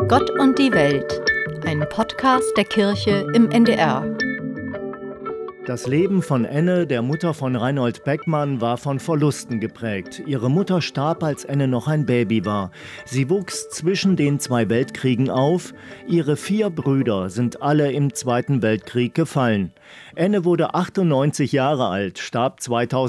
Gott und die Welt, ein Podcast der Kirche im NDR. Das Leben von Enne, der Mutter von Reinhold Beckmann, war von Verlusten geprägt. Ihre Mutter starb, als Enne noch ein Baby war. Sie wuchs zwischen den 2 Weltkriegen auf. Ihre 4 Brüder sind alle im Zweiten Weltkrieg gefallen. Enne wurde 98 Jahre alt, starb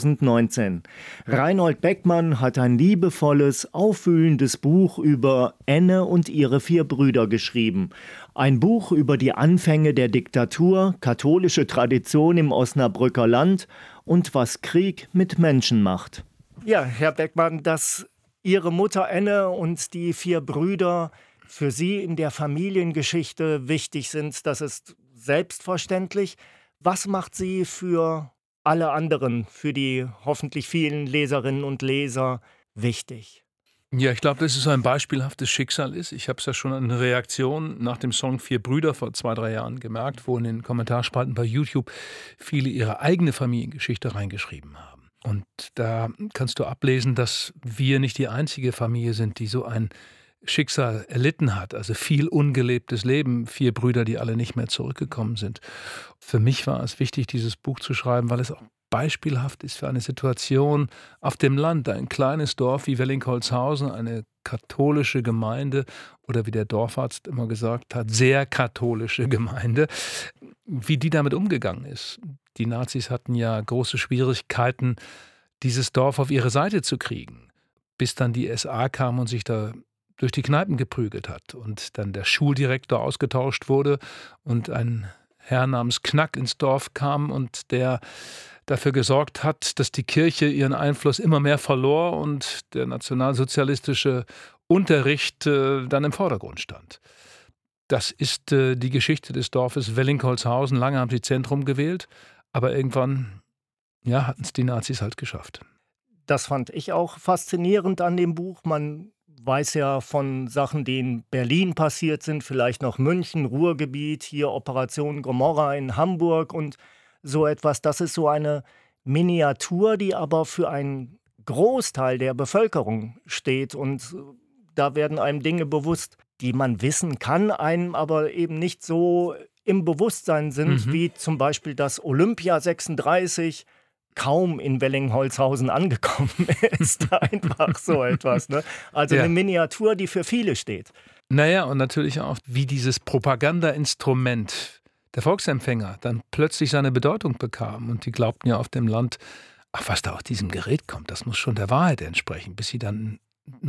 2019. Reinhold Beckmann hat ein liebevolles, aufwühlendes Buch über Enne und ihre 4 Brüder geschrieben. Ein Buch über die Anfänge der Diktatur, katholische Tradition im Osnabrücker Land und was Krieg mit Menschen macht. Ja, Herr Beckmann, dass Ihre Mutter Enne und die 4 Brüder für Sie in der Familiengeschichte wichtig sind, das ist selbstverständlich. Was macht Sie für alle anderen, für die hoffentlich vielen Leserinnen und Leser wichtig? Ja, ich glaube, dass es ein beispielhaftes Schicksal ist. Ich habe es ja schon an der Reaktion nach dem Song 4 Brüder vor 2-3 Jahren gemerkt, wo in den Kommentarspalten bei YouTube viele ihre eigene Familiengeschichte reingeschrieben haben. Und da kannst du ablesen, dass wir nicht die einzige Familie sind, die so ein Schicksal erlitten hat. Also viel ungelebtes Leben, 4 Brüder, die alle nicht mehr zurückgekommen sind. Für mich war es wichtig, dieses Buch zu schreiben, weil es auch beispielhaft ist für eine Situation auf dem Land, ein kleines Dorf wie Wellingholzhausen, eine katholische Gemeinde oder wie der Dorfarzt immer gesagt hat, sehr katholische Gemeinde, wie die damit umgegangen ist. Die Nazis hatten ja große Schwierigkeiten, dieses Dorf auf ihre Seite zu kriegen, bis dann die SA kam und sich da durch die Kneipen geprügelt hat und dann der Schuldirektor ausgetauscht wurde und ein Herr namens Knack ins Dorf kam und der dafür gesorgt hat, dass die Kirche ihren Einfluss immer mehr verlor und der nationalsozialistische Unterricht dann im Vordergrund stand. Das ist die Geschichte des Dorfes Wellingholzhausen. Lange haben sie Zentrum gewählt, aber irgendwann hatten es die Nazis halt geschafft. Das fand ich auch faszinierend an dem Buch. Man weiß ja von Sachen, die in Berlin passiert sind, vielleicht noch München, Ruhrgebiet, hier Operation Gomorra in Hamburg und so etwas. Das ist so eine Miniatur, die aber für einen Großteil der Bevölkerung steht. Und da werden einem Dinge bewusst, die man wissen kann, einem aber eben nicht so im Bewusstsein sind, wie zum Beispiel, dass Olympia 36 kaum in Wellingholzhausen angekommen ist. Einfach so etwas. Ne? Also eine Miniatur, die für viele steht. Naja, und natürlich auch, wie dieses Propagandainstrument der Volksempfänger dann plötzlich seine Bedeutung bekam. Und die glaubten ja auf dem Land, was da aus diesem Gerät kommt, das muss schon der Wahrheit entsprechen. Bis sie dann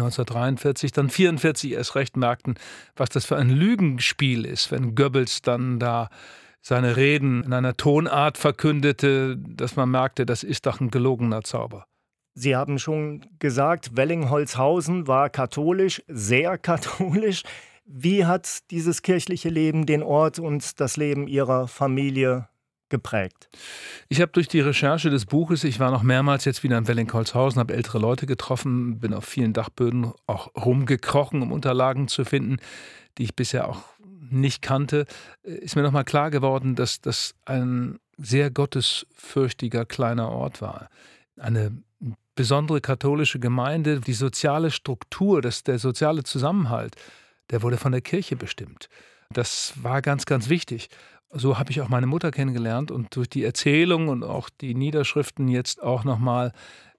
1943, dann 1944 erst recht merkten, was das für ein Lügenspiel ist, wenn Goebbels dann da seine Reden in einer Tonart verkündete, dass man merkte, das ist doch ein gelogener Zauber. Sie haben schon gesagt, Wellingholzhausen war katholisch, sehr katholisch. Wie hat dieses kirchliche Leben den Ort und das Leben Ihrer Familie geprägt? Ich habe durch die Recherche des Buches, ich war noch mehrmals jetzt wieder in Wellingholzhausen, habe ältere Leute getroffen, bin auf vielen Dachböden auch rumgekrochen, um Unterlagen zu finden, die ich bisher auch nicht kannte, ist mir nochmal klar geworden, dass das ein sehr gottesfürchtiger kleiner Ort war. Eine besondere katholische Gemeinde, die soziale Struktur, der soziale Zusammenhalt, der wurde von der Kirche bestimmt. Das war ganz, ganz wichtig. So habe ich auch meine Mutter kennengelernt und durch die Erzählung und auch die Niederschriften jetzt auch nochmal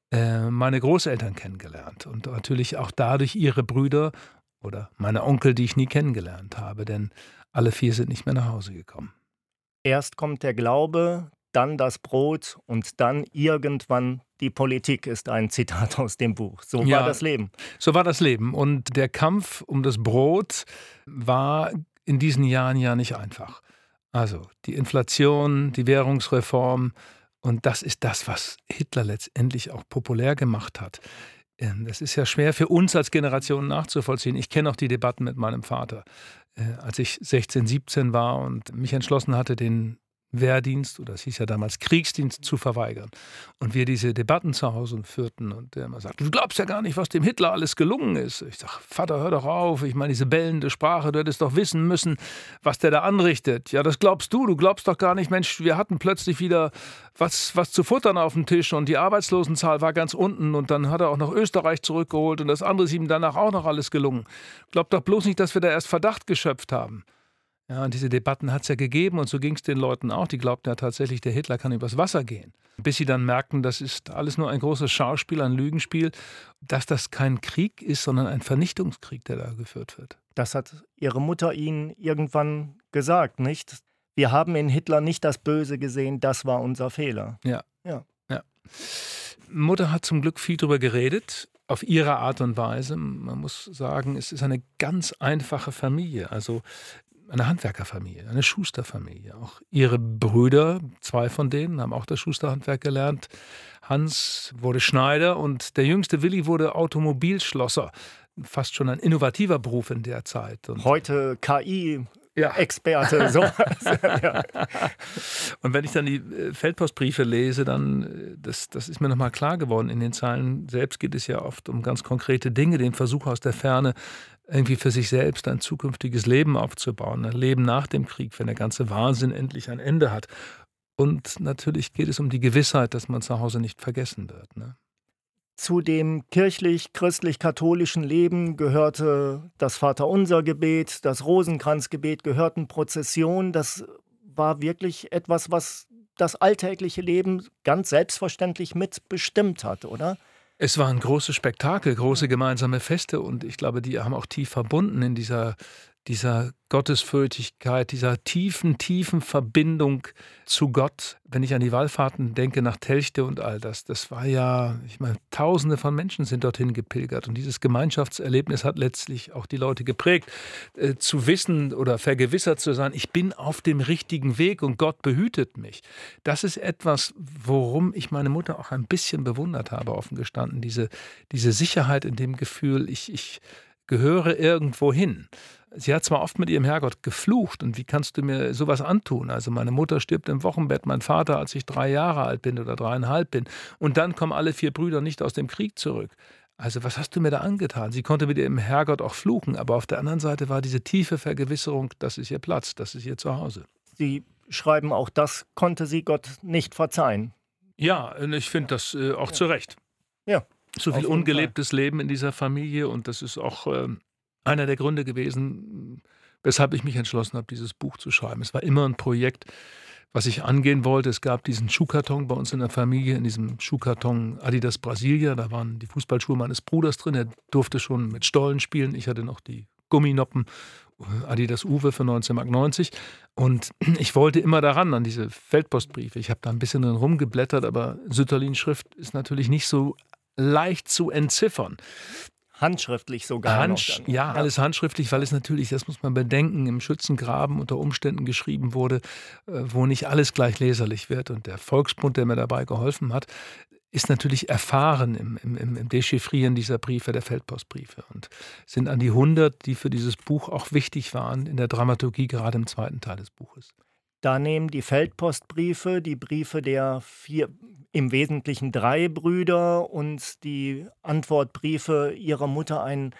meine Großeltern kennengelernt und natürlich auch dadurch ihre Brüder oder meine Onkel, die ich nie kennengelernt habe, denn alle 4 sind nicht mehr nach Hause gekommen. Erst kommt der Glaube, dann das Brot und dann irgendwann die Politik, ist ein Zitat aus dem Buch. So war das Leben. So war das Leben. Und der Kampf um das Brot war in diesen Jahren ja nicht einfach. Also die Inflation, die Währungsreform und das ist das, was Hitler letztendlich auch populär gemacht hat. Das ist ja schwer für uns als Generation nachzuvollziehen. Ich kenne auch die Debatten mit meinem Vater. Als ich 16, 17 war und mich entschlossen hatte, den Wehrdienst, oder es hieß ja damals Kriegsdienst, zu verweigern. Und wir diese Debatten zu Hause führten und der immer sagte, du glaubst ja gar nicht, was dem Hitler alles gelungen ist. Ich sag, Vater, hör doch auf, ich meine, diese bellende Sprache, du hättest doch wissen müssen, was der da anrichtet. Ja, das glaubst du glaubst doch gar nicht, Mensch, wir hatten plötzlich wieder was zu futtern auf dem Tisch und die Arbeitslosenzahl war ganz unten und dann hat er auch noch Österreich zurückgeholt und das andere ist ihm danach auch noch alles gelungen. Glaub doch bloß nicht, dass wir da erst Verdacht geschöpft haben. Ja, und diese Debatten hat es ja gegeben und so ging es den Leuten auch. Die glaubten ja tatsächlich, der Hitler kann übers Wasser gehen. Bis sie dann merkten, das ist alles nur ein großes Schauspiel, ein Lügenspiel, dass das kein Krieg ist, sondern ein Vernichtungskrieg, der da geführt wird. Das hat Ihre Mutter Ihnen irgendwann gesagt, nicht? Wir haben in Hitler nicht das Böse gesehen, das war unser Fehler. Ja. Ja. Mutter hat zum Glück viel drüber geredet, auf ihre Art und Weise. Man muss sagen, es ist eine ganz einfache Familie, also eine Handwerkerfamilie, eine Schusterfamilie. Auch ihre Brüder, 2 von denen, haben auch das Schusterhandwerk gelernt. Hans wurde Schneider und der jüngste Willi wurde Automobilschlosser. Fast schon ein innovativer Beruf in der Zeit. Und heute KI-Experte, sowas. Ja. Und wenn ich dann die Feldpostbriefe lese, dann, das ist mir nochmal klar geworden, in den Zeilen selbst geht es ja oft um ganz konkrete Dinge, den Versuch aus der Ferne, irgendwie für sich selbst ein zukünftiges Leben aufzubauen, ein Leben nach dem Krieg, wenn der ganze Wahnsinn endlich ein Ende hat. Und natürlich geht es um die Gewissheit, dass man zu Hause nicht vergessen wird. Ne? Zu dem kirchlich-christlich-katholischen Leben gehörte das Vaterunser-Gebet, das Rosenkranzgebet, gehörten Prozessionen. Das war wirklich etwas, was das alltägliche Leben ganz selbstverständlich mitbestimmt hat, oder? Es waren große Spektakel, große gemeinsame Feste und ich glaube, die haben auch tief verbunden in dieser Gottesfürchtigkeit, dieser tiefen Verbindung zu Gott. Wenn ich an die Wallfahrten denke nach Telchte und all das, das war ja, ich meine, Tausende von Menschen sind dorthin gepilgert und dieses Gemeinschaftserlebnis hat letztlich auch die Leute geprägt, zu wissen oder vergewissert zu sein, ich bin auf dem richtigen Weg und Gott behütet mich. Das ist etwas, worum ich meine Mutter auch ein bisschen bewundert habe, offen gestanden, diese Sicherheit in dem Gefühl, ich gehöre irgendwo hin. Sie hat zwar oft mit ihrem Herrgott geflucht und wie kannst du mir sowas antun? Also meine Mutter stirbt im Wochenbett, mein Vater, als ich 3 Jahre alt bin oder 3,5 bin und dann kommen alle 4 Brüder nicht aus dem Krieg zurück. Also was hast du mir da angetan? Sie konnte mit ihrem Herrgott auch fluchen, aber auf der anderen Seite war diese tiefe Vergewisserung, das ist ihr Platz, das ist ihr Zuhause. Sie schreiben, auch das konnte sie Gott nicht verzeihen. Ja, und ich finde das auch zu Recht. Ja. So viel ungelebtes Leben in dieser Familie und das ist auch einer der Gründe gewesen, weshalb ich mich entschlossen habe, dieses Buch zu schreiben. Es war immer ein Projekt, was ich angehen wollte. Es gab diesen Schuhkarton bei uns in der Familie, in diesem Schuhkarton Adidas Brasilia, da waren die Fußballschuhe meines Bruders drin, er durfte schon mit Stollen spielen, ich hatte noch die Gumminoppen, Adidas Uwe für 19,90 Mark und ich wollte immer daran, an diese Feldpostbriefe. Ich habe da ein bisschen drin rumgeblättert, aber Sütterlin-Schrift ist natürlich nicht so leicht zu entziffern. Handschriftlich sogar noch dann. Ja, alles handschriftlich, weil es natürlich, das muss man bedenken, im Schützengraben unter Umständen geschrieben wurde, wo nicht alles gleich leserlich wird. Und der Volksbund, der mir dabei geholfen hat, ist natürlich erfahren im Dechiffrieren dieser Briefe, der Feldpostbriefe. Und sind an die 100, die für dieses Buch auch wichtig waren, in der Dramaturgie, gerade im 2. Teil des Buches. Da nehmen die Feldpostbriefe, die Briefe der 4, im Wesentlichen 3 Brüder und die Antwortbriefe ihrer Mutter einen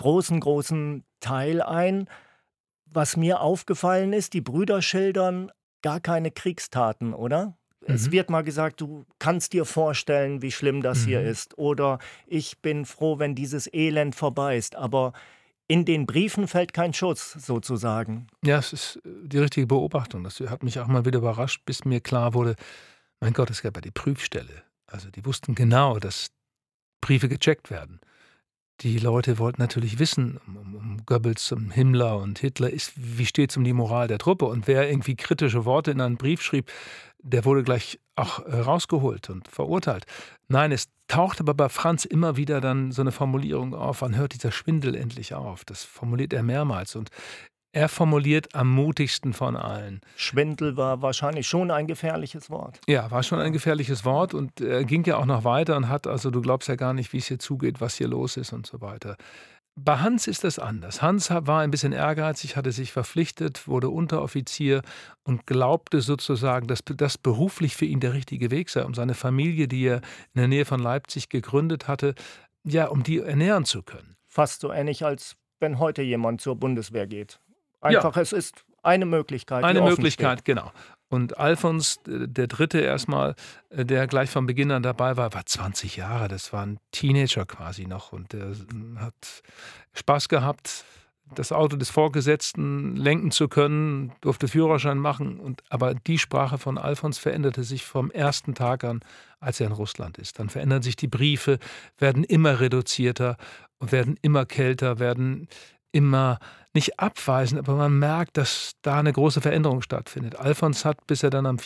großen Teil ein. Was mir aufgefallen ist, die Brüder schildern gar keine Kriegstaten, oder? Es wird mal gesagt, du kannst dir vorstellen, wie schlimm das hier ist. Oder ich bin froh, wenn dieses Elend vorbei ist. Aber in den Briefen fällt kein Schuss, sozusagen. Ja, es ist die richtige Beobachtung. Das hat mich auch mal wieder überrascht, bis mir klar wurde, mein Gott, es gab ja die Prüfstelle. Also die wussten genau, dass Briefe gecheckt werden. Die Leute wollten natürlich wissen, um Goebbels, um Himmler und Hitler, wie steht es um die Moral der Truppe? Und wer irgendwie kritische Worte in einen Brief schrieb, der wurde gleich auch rausgeholt und verurteilt. Nein, es taucht aber bei Franz immer wieder dann so eine Formulierung auf, wann hört dieser Schwindel endlich auf? Das formuliert er mehrmals und er formuliert am mutigsten von allen. Schwindel war wahrscheinlich schon ein gefährliches Wort. Ja, war schon ein gefährliches Wort und er ging ja auch noch weiter und hat, also du glaubst ja gar nicht, wie es hier zugeht, was hier los ist und so weiter. Bei Hans ist das anders. Hans war ein bisschen ehrgeizig, hatte sich verpflichtet, wurde Unteroffizier und glaubte sozusagen, dass das beruflich für ihn der richtige Weg sei, um seine Familie, die er in der Nähe von Leipzig gegründet hatte, ja, um die ernähren zu können. Fast so ähnlich, als wenn heute jemand zur Bundeswehr geht. Ja. Einfach, es ist eine Möglichkeit, die Eine offen Möglichkeit, steht. genau. Und Alfons, der Dritte erstmal, der gleich von Beginn an dabei war 20 Jahre, das war ein Teenager quasi noch und der hat Spaß gehabt, das Auto des Vorgesetzten lenken zu können, durfte Führerschein machen. Aber die Sprache von Alfons veränderte sich vom ersten Tag an, als er in Russland ist. Dann verändern sich die Briefe, werden immer reduzierter und werden immer kälter, werden immer nicht abweisend, aber man merkt, dass da eine große Veränderung stattfindet. Alfons hat, bis er dann am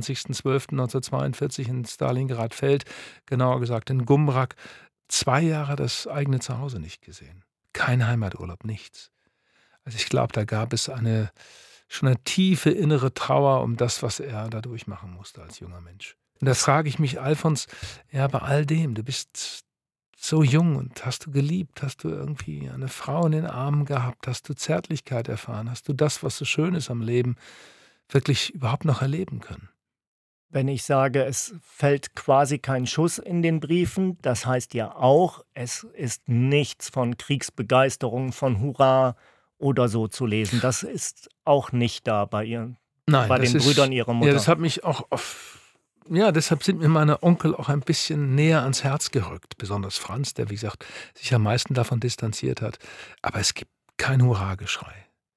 24.12.1942 in Stalingrad fällt, genauer gesagt in Gumrak, 2 Jahre das eigene Zuhause nicht gesehen. Kein Heimaturlaub, nichts. Also ich glaube, da gab es schon eine tiefe innere Trauer um das, was er da durchmachen musste als junger Mensch. Und da frage ich mich, Alfons, ja, bei all dem, du bist so jung und hast du geliebt, hast du irgendwie eine Frau in den Armen gehabt, hast du Zärtlichkeit erfahren, hast du das, was so schön ist am Leben, wirklich überhaupt noch erleben können? Wenn ich sage, es fällt quasi kein Schuss in den Briefen, das heißt ja auch, es ist nichts von Kriegsbegeisterung, von Hurra oder so zu lesen. Das ist auch nicht da bei Nein, den Brüdern ihrer Mutter. Ja, das hat mich auch deshalb sind mir meine Onkel auch ein bisschen näher ans Herz gerückt. Besonders Franz, der, wie gesagt, sich am meisten davon distanziert hat. Aber es gibt kein Hurrageschrei.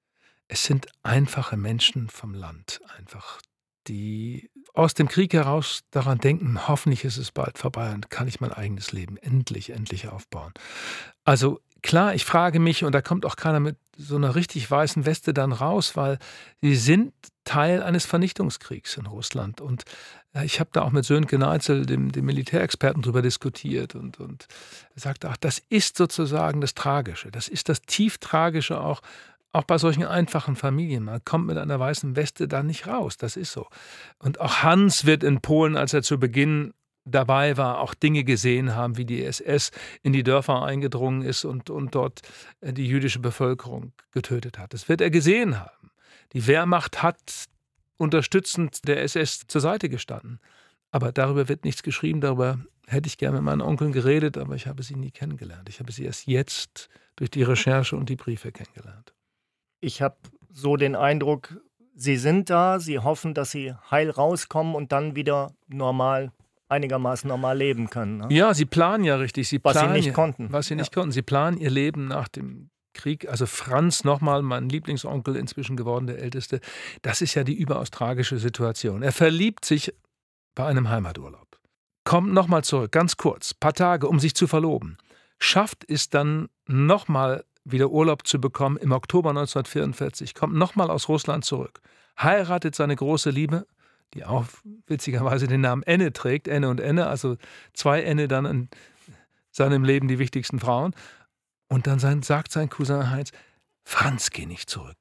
Es sind einfache Menschen vom Land, einfach, die aus dem Krieg heraus daran denken, hoffentlich ist es bald vorbei und kann ich mein eigenes Leben endlich aufbauen. Also klar, ich frage mich, und da kommt auch keiner mit so einer richtig weißen Weste dann raus, weil sie sind Teil eines Vernichtungskriegs in Russland. Und ich habe da auch mit Sönke Neitzel, dem Militärexperten, drüber diskutiert und er sagte, ach, das ist sozusagen das Tragische. Das ist das Tieftragische auch bei solchen einfachen Familien. Man kommt mit einer weißen Weste da nicht raus, das ist so. Und auch Hans wird in Polen, als er zu Beginn dabei war, auch Dinge gesehen haben, wie die SS in die Dörfer eingedrungen ist und dort die jüdische Bevölkerung getötet hat. Das wird er gesehen haben. Die Wehrmacht hat unterstützend der SS zur Seite gestanden. Aber darüber wird nichts geschrieben, darüber hätte ich gerne mit meinen Onkeln geredet, aber ich habe sie nie kennengelernt. Ich habe sie erst jetzt durch die Recherche und die Briefe kennengelernt. Ich habe so den Eindruck, sie sind da, sie hoffen, dass sie heil rauskommen und dann wieder einigermaßen normal leben können. Ne? Ja, sie planen ja richtig. Was sie nicht konnten. Was sie nicht konnten. Sie planen ihr Leben nach dem Krieg. Also Franz, nochmal, mein Lieblingsonkel, inzwischen geworden der Älteste, das ist ja die überaus tragische Situation. Er verliebt sich bei einem Heimaturlaub. Kommt nochmal zurück, ganz kurz, paar Tage, um sich zu verloben. Schafft es dann nochmal wieder Urlaub zu bekommen im Oktober 1944, kommt nochmal aus Russland zurück, heiratet seine große Liebe, die auch witzigerweise den Namen Enne trägt, Enne und Enne, also 2 Enne dann in seinem Leben die wichtigsten Frauen. Und dann sagt sein Cousin Heinz, Franz, geh nicht zurück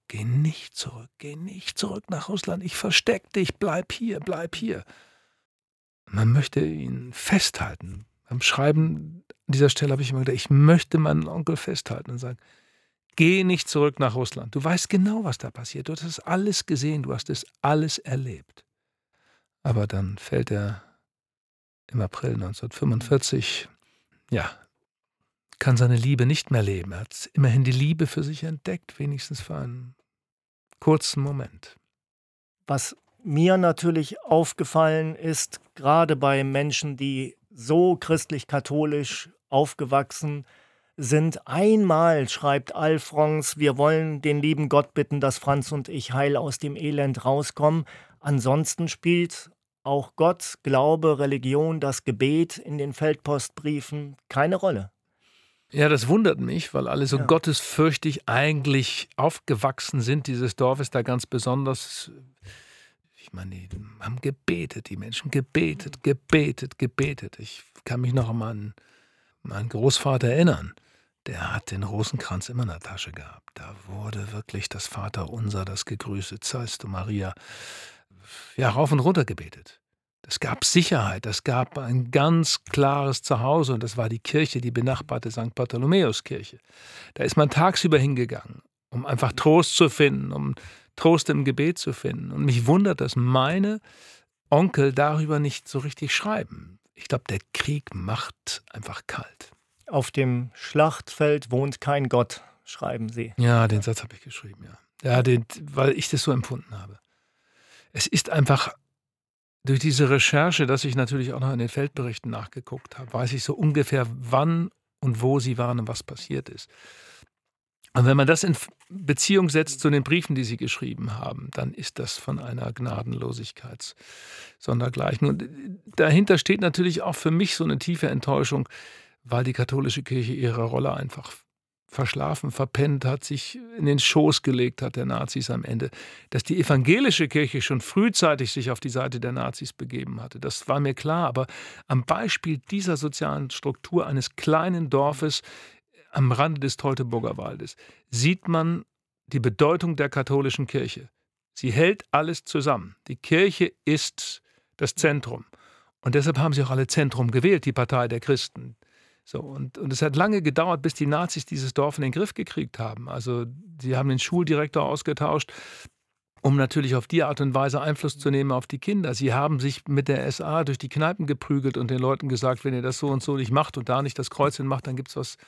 nach Russland, ich versteck dich, bleib hier. Man möchte ihn festhalten. Beim Schreiben an dieser Stelle habe ich immer gedacht, ich möchte meinen Onkel festhalten und sagen, geh nicht zurück nach Russland. Du weißt genau, was da passiert. Du hast es alles gesehen, du hast es alles erlebt. Aber dann fällt er im April 1945, kann seine Liebe nicht mehr leben. Er hat immerhin die Liebe für sich entdeckt, wenigstens für einen kurzen Moment. Was mir natürlich aufgefallen ist, gerade bei Menschen, die so christlich-katholisch aufgewachsen sind, einmal schreibt Alfons, wir wollen den lieben Gott bitten, dass Franz und ich heil aus dem Elend rauskommen. Ansonsten spielt auch Gott, Glaube, Religion, das Gebet in den Feldpostbriefen keine Rolle. Ja, das wundert mich, weil alle so gottesfürchtig eigentlich aufgewachsen sind. Dieses Dorf ist da ganz besonders. Ich meine, die haben gebetet, die Menschen gebetet. Ich kann mich noch an meinen Großvater erinnern. Der hat den Rosenkranz immer in der Tasche gehabt. Da wurde wirklich das Vaterunser, das Gegrüßet seist du Maria, rauf und runter gebetet. Es gab Sicherheit, es gab ein ganz klares Zuhause und das war die Kirche, die benachbarte St. Bartholomäuskirche. Da ist man tagsüber hingegangen, um einfach Trost zu finden, um Trost im Gebet zu finden. Und mich wundert, dass meine Onkel darüber nicht so richtig schreiben. Ich glaube, der Krieg macht einfach kalt. Auf dem Schlachtfeld wohnt kein Gott, schreiben Sie. Ja, den Satz habe ich geschrieben, ja. Ja, weil ich das so empfunden habe. Es ist einfach durch diese Recherche, dass ich natürlich auch noch in den Feldberichten nachgeguckt habe, weiß ich so ungefähr, wann und wo sie waren und was passiert ist. Und wenn man das in Beziehung setzt zu den Briefen, die sie geschrieben haben, dann ist das von einer Gnadenlosigkeit sondergleichen. Und dahinter steht natürlich auch für mich so eine tiefe Enttäuschung, weil die katholische Kirche ihre Rolle einfach verschlafen, verpennt hat, sich in den Schoß gelegt hat der Nazis am Ende. Dass die evangelische Kirche schon frühzeitig sich auf die Seite der Nazis begeben hatte, das war mir klar. Aber am Beispiel dieser sozialen Struktur eines kleinen Dorfes am Rande des Teutoburger Waldes sieht man die Bedeutung der katholischen Kirche. Sie hält alles zusammen. Die Kirche ist das Zentrum. Und deshalb haben sie auch alle Zentrum gewählt, die Partei der Christen. So, und es hat lange gedauert, bis die Nazis dieses Dorf in den Griff gekriegt haben. Also sie haben den Schuldirektor ausgetauscht, um natürlich auf die Art und Weise Einfluss zu nehmen auf die Kinder. Sie haben sich mit der SA durch die Kneipen geprügelt und den Leuten gesagt, wenn ihr das so und so nicht macht und da nicht das Kreuz hinmacht, dann gibt's was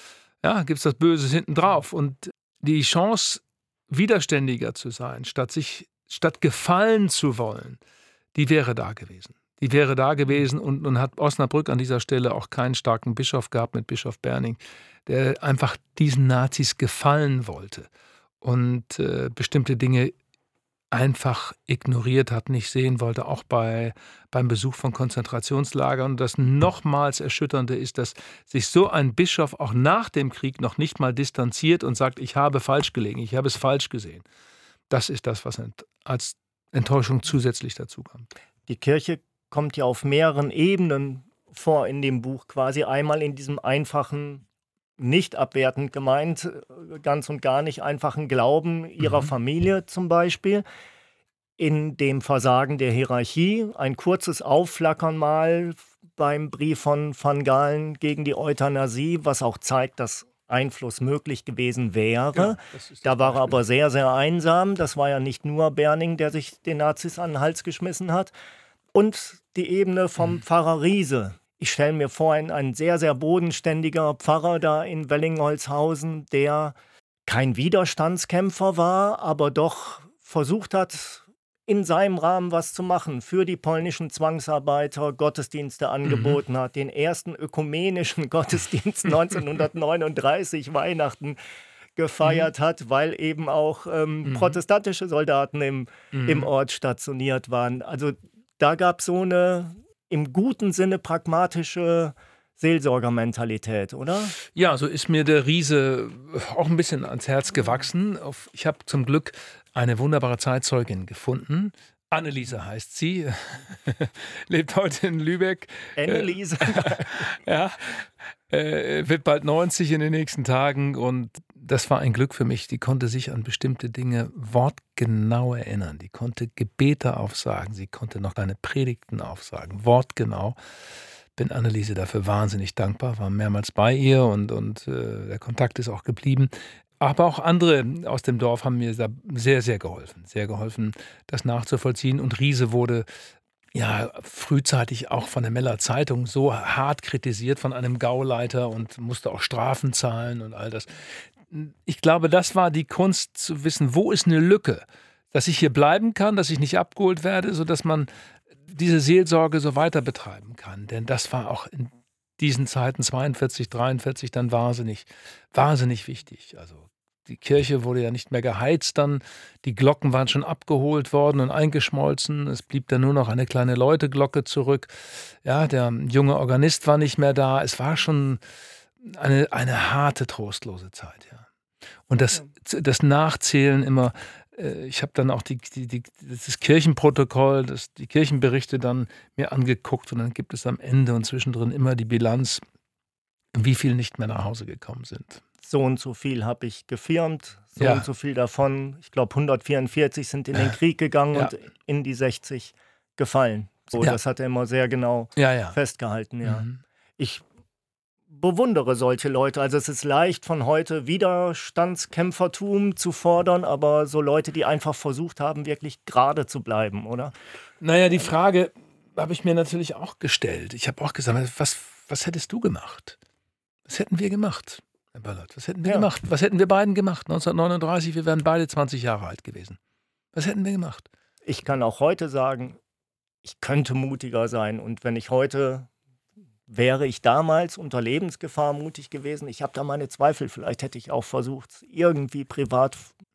Böses hinten drauf. Und die Chance, widerständiger zu sein, statt gefallen zu wollen, die wäre da gewesen. Die wäre da gewesen und nun hat Osnabrück an dieser Stelle auch keinen starken Bischof gehabt mit Bischof Berning, der einfach diesen Nazis gefallen wollte und bestimmte Dinge einfach ignoriert hat, nicht sehen wollte, auch beim Besuch von Konzentrationslagern. Und das nochmals Erschütternde ist, dass sich so ein Bischof auch nach dem Krieg noch nicht mal distanziert und sagt, ich habe falsch gelegen, ich habe es falsch gesehen. Das ist das, was als Enttäuschung zusätzlich dazu kommt. Die Kirche kommt ja auf mehreren Ebenen vor in dem Buch quasi. Einmal in diesem einfachen, nicht abwertend gemeint, ganz und gar nicht einfachen Glauben ihrer Familie zum Beispiel. In dem Versagen der Hierarchie, ein kurzes Aufflackern mal beim Brief von Van Galen gegen die Euthanasie, was auch zeigt, dass Einfluss möglich gewesen wäre. Ja, da war er aber sehr, sehr einsam. Das war ja nicht nur Berning, der sich den Nazis an den Hals geschmissen hat. Und die Ebene vom Pfarrer Riese. Ich stelle mir vor, ein sehr, sehr bodenständiger Pfarrer da in Wellingholzhausen, der kein Widerstandskämpfer war, aber doch versucht hat, in seinem Rahmen was zu machen für die polnischen Zwangsarbeiter, Gottesdienste angeboten hat, den ersten ökumenischen Gottesdienst 1939, Weihnachten, gefeiert hat, weil eben auch protestantische Soldaten im Ort stationiert waren. Also da gab es so eine im guten Sinne pragmatische Seelsorgermentalität, oder? Ja, so ist mir der Riese auch ein bisschen ans Herz gewachsen. Ich habe zum Glück eine wunderbare Zeitzeugin gefunden. Anneliese heißt sie, lebt heute in Lübeck. Anneliese. Ja, wird bald 90 in den nächsten Tagen und das war ein Glück für mich. Die konnte sich an bestimmte Dinge wortgenau erinnern. Die konnte Gebete aufsagen, sie konnte noch kleine Predigten aufsagen, wortgenau. Bin Anneliese dafür wahnsinnig dankbar, war mehrmals bei ihr und der Kontakt ist auch geblieben. Aber auch andere aus dem Dorf haben mir da sehr, sehr geholfen, das nachzuvollziehen. Und Riese wurde ja frühzeitig auch von der Meller Zeitung so hart kritisiert von einem Gauleiter und musste auch Strafen zahlen und all das. Ich glaube, das war die Kunst zu wissen, wo ist eine Lücke, dass ich hier bleiben kann, dass ich nicht abgeholt werde, sodass man diese Seelsorge so weiter betreiben kann. Denn das war auch in diesen Zeiten 42, 43 dann wahnsinnig wichtig. Also die Kirche wurde ja nicht mehr geheizt dann, die Glocken waren schon abgeholt worden und eingeschmolzen, es blieb dann nur noch eine kleine Läuteglocke zurück. Ja, der junge Organist war nicht mehr da, es war schon eine harte, trostlose Zeit, ja. Und das Nachzählen immer, ich habe dann auch das Kirchenprotokoll, die Kirchenberichte dann mir angeguckt und dann gibt es am Ende und zwischendrin immer die Bilanz, wie viele nicht mehr nach Hause gekommen sind. So und so viel habe ich gefirmt, und so viel davon, ich glaube 144 sind in den Krieg gegangen und in die 60 gefallen. So, Ja. das hat er immer sehr genau Ja. festgehalten, ja. Mhm. Ich bewundere solche Leute. Also es ist leicht, von heute Widerstandskämpfertum zu fordern, aber so Leute, die einfach versucht haben, wirklich gerade zu bleiben, oder? Naja, die Frage habe ich mir natürlich auch gestellt. Ich habe auch gesagt, was hättest du gemacht? Was hätten wir gemacht, Herr Ballert? Was hätten wir Ja. gemacht? Was hätten wir beiden gemacht? 1939, wir wären beide 20 Jahre alt gewesen. Was hätten wir gemacht? Ich kann auch heute sagen, ich könnte mutiger sein. Und wenn ich heute, wäre ich damals unter Lebensgefahr mutig gewesen. Ich habe da meine Zweifel. Vielleicht hätte ich auch versucht, irgendwie privat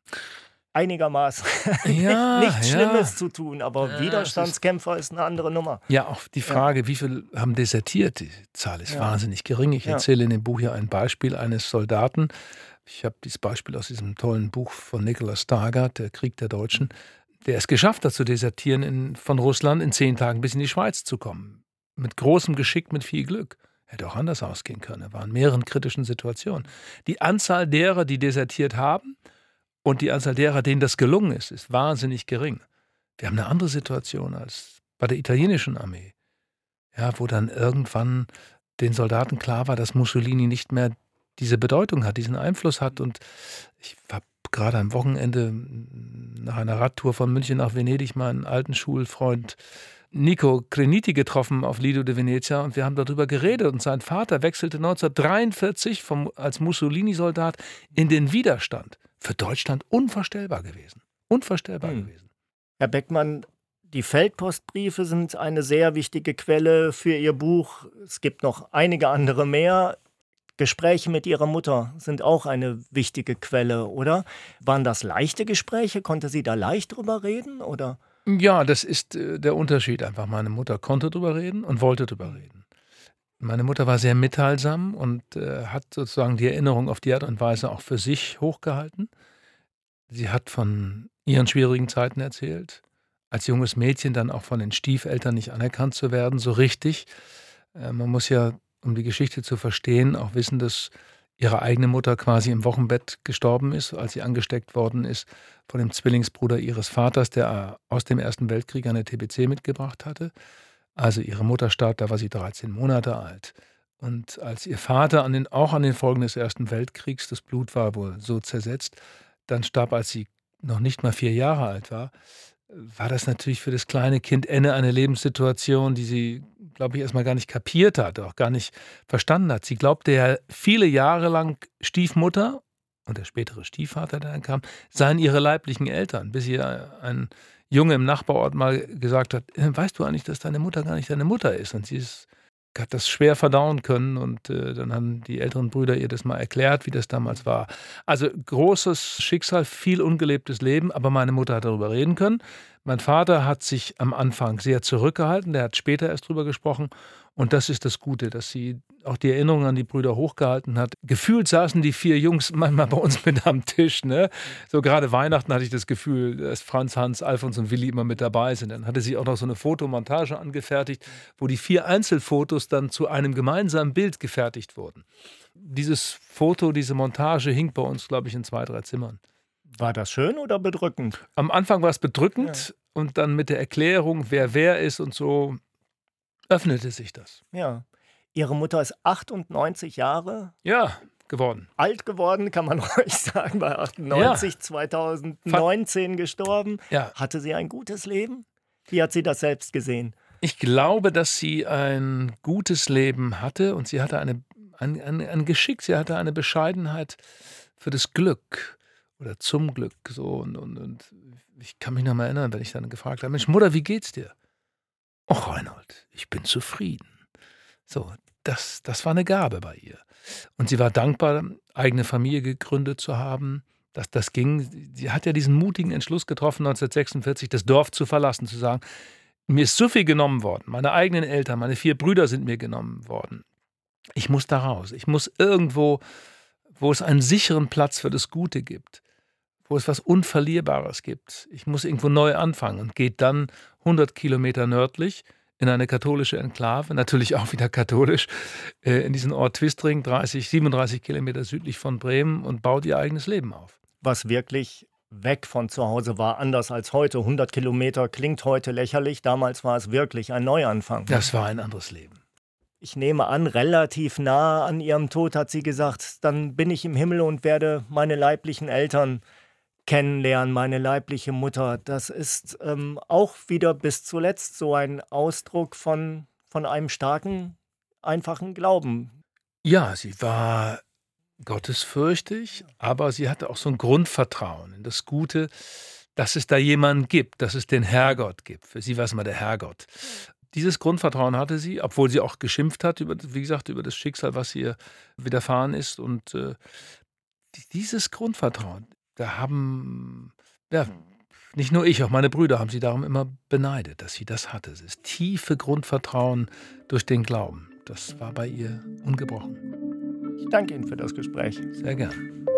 einigermaßen Ja, nichts ja. Schlimmes zu tun. Aber Ja, Widerstandskämpfer ist eine andere Nummer. Ja, auch die Frage, wie viele haben desertiert, die Zahl ist Ja. wahnsinnig gering. Ich Ja. erzähle in dem Buch ja ein Beispiel eines Soldaten. Ich habe dieses Beispiel aus diesem tollen Buch von Nicholas Stargard, Der Krieg der Deutschen, der es geschafft hat, zu desertieren von Russland in 10 Tagen bis in die Schweiz zu kommen. Mit großem Geschick, mit viel Glück. Hätte auch anders ausgehen können. Er war in mehreren kritischen Situationen. Die Anzahl derer, die desertiert haben und die Anzahl derer, denen das gelungen ist wahnsinnig gering. Wir haben eine andere Situation als bei der italienischen Armee. Ja, wo dann irgendwann den Soldaten klar war, dass Mussolini nicht mehr diese Bedeutung hat, diesen Einfluss hat. Und ich habe gerade am Wochenende nach einer Radtour von München nach Venedig meinen alten Schulfreund Nico Creniti getroffen auf Lido de Venezia und wir haben darüber geredet. Und sein Vater wechselte 1943 als Mussolini-Soldat in den Widerstand. Für Deutschland unvorstellbar gewesen. Unvorstellbar gewesen. Herr Beckmann, die Feldpostbriefe sind eine sehr wichtige Quelle für Ihr Buch. Es gibt noch einige andere mehr. Gespräche mit Ihrer Mutter sind auch eine wichtige Quelle, oder? Waren das leichte Gespräche? Konnte sie da leicht drüber reden, oder? Ja, das ist der Unterschied einfach. Meine Mutter konnte drüber reden und wollte drüber reden. Meine Mutter war sehr mitteilsam und hat sozusagen die Erinnerung auf die Art und Weise auch für sich hochgehalten. Sie hat von ihren schwierigen Zeiten erzählt. Als junges Mädchen dann auch von den Stiefeltern nicht anerkannt zu werden, so richtig. Man muss ja, um die Geschichte zu verstehen, auch wissen, dass ihre eigene Mutter quasi im Wochenbett gestorben ist, als sie angesteckt worden ist von dem Zwillingsbruder ihres Vaters, der aus dem Ersten Weltkrieg eine TBC mitgebracht hatte. Also ihre Mutter starb, da war sie 13 Monate alt. Und als ihr Vater auch an den Folgen des Ersten Weltkriegs, das Blut war wohl so zersetzt, dann starb, als sie noch nicht mal 4 Jahre alt war das natürlich für das kleine Kind Enne eine Lebenssituation, die sie, glaube ich, erstmal gar nicht kapiert hat, auch gar nicht verstanden hat. Sie glaubte ja viele Jahre lang, Stiefmutter und der spätere Stiefvater, der dann kam, seien ihre leiblichen Eltern, bis ihr ein Junge im Nachbarort mal gesagt hat, weißt du eigentlich, dass deine Mutter gar nicht deine Mutter ist? Und sie hat das schwer verdauen können und dann haben die älteren Brüder ihr das mal erklärt, wie das damals war. Also großes Schicksal, viel ungelebtes Leben, aber meine Mutter hat darüber reden können. Mein Vater hat sich am Anfang sehr zurückgehalten, der hat später erst drüber gesprochen und das ist das Gute, dass sie auch die Erinnerung an die Brüder hochgehalten hat. Gefühlt saßen die 4 Jungs manchmal bei uns mit am Tisch, ne? So gerade Weihnachten hatte ich das Gefühl, dass Franz, Hans, Alfons und Willi immer mit dabei sind. Dann hatte sie auch noch so eine Fotomontage angefertigt, wo die 4 Einzelfotos dann zu einem gemeinsamen Bild gefertigt wurden. Dieses Foto, diese Montage hing bei uns, glaube ich, in 2, 3 Zimmern. War das schön oder bedrückend? Am Anfang war es bedrückend und dann mit der Erklärung, wer ist und so, öffnete sich das. Ja. Ihre Mutter ist 98 Jahre geworden. alt geworden, kann man ruhig sagen, bei 98, 2019 gestorben. Ja. Hatte sie ein gutes Leben? Wie hat sie das selbst gesehen? Ich glaube, dass sie ein gutes Leben hatte und sie hatte ein Geschick, sie hatte eine Bescheidenheit für das Glück oder zum Glück. So. Und ich kann mich noch mal erinnern, wenn ich dann gefragt habe, Mensch, Mutter, wie geht's dir? Och, Reinhold, ich bin zufrieden. So, das war eine Gabe bei ihr. Und sie war dankbar, eigene Familie gegründet zu haben, dass das ging. Sie hat ja diesen mutigen Entschluss getroffen, 1946 das Dorf zu verlassen, zu sagen, mir ist so viel genommen worden. Meine eigenen Eltern, meine 4 Brüder sind mir genommen worden. Ich muss da raus. Ich muss irgendwo, wo es einen sicheren Platz für das Gute gibt, wo es was Unverlierbares gibt. Ich muss irgendwo neu anfangen und geht dann 100 Kilometer nördlich in eine katholische Enklave, natürlich auch wieder katholisch, in diesen Ort Twistring, 37 Kilometer südlich von Bremen und baut ihr eigenes Leben auf. Was wirklich weg von zu Hause war, anders als heute. 100 Kilometer klingt heute lächerlich, damals war es wirklich ein Neuanfang. Das war ein anderes Leben. Ich nehme an, relativ nah an ihrem Tod hat sie gesagt, dann bin ich im Himmel und werde meine leiblichen Eltern kennenlernen, meine leibliche Mutter. Das ist auch wieder bis zuletzt so ein Ausdruck von einem starken, einfachen Glauben. Ja, sie war gottesfürchtig, aber sie hatte auch so ein Grundvertrauen in das Gute, dass es da jemanden gibt, dass es den Herrgott gibt. Für sie war es immer der Herrgott. Dieses Grundvertrauen hatte sie, obwohl sie auch geschimpft hat über, wie gesagt, über das Schicksal, was ihr widerfahren ist. Und dieses Grundvertrauen, da haben, ja, nicht nur ich, auch meine Brüder haben sie darum immer beneidet, dass sie das hatte. Das tiefe Grundvertrauen durch den Glauben. Das war bei ihr ungebrochen. Ich danke Ihnen für das Gespräch. Sehr gern.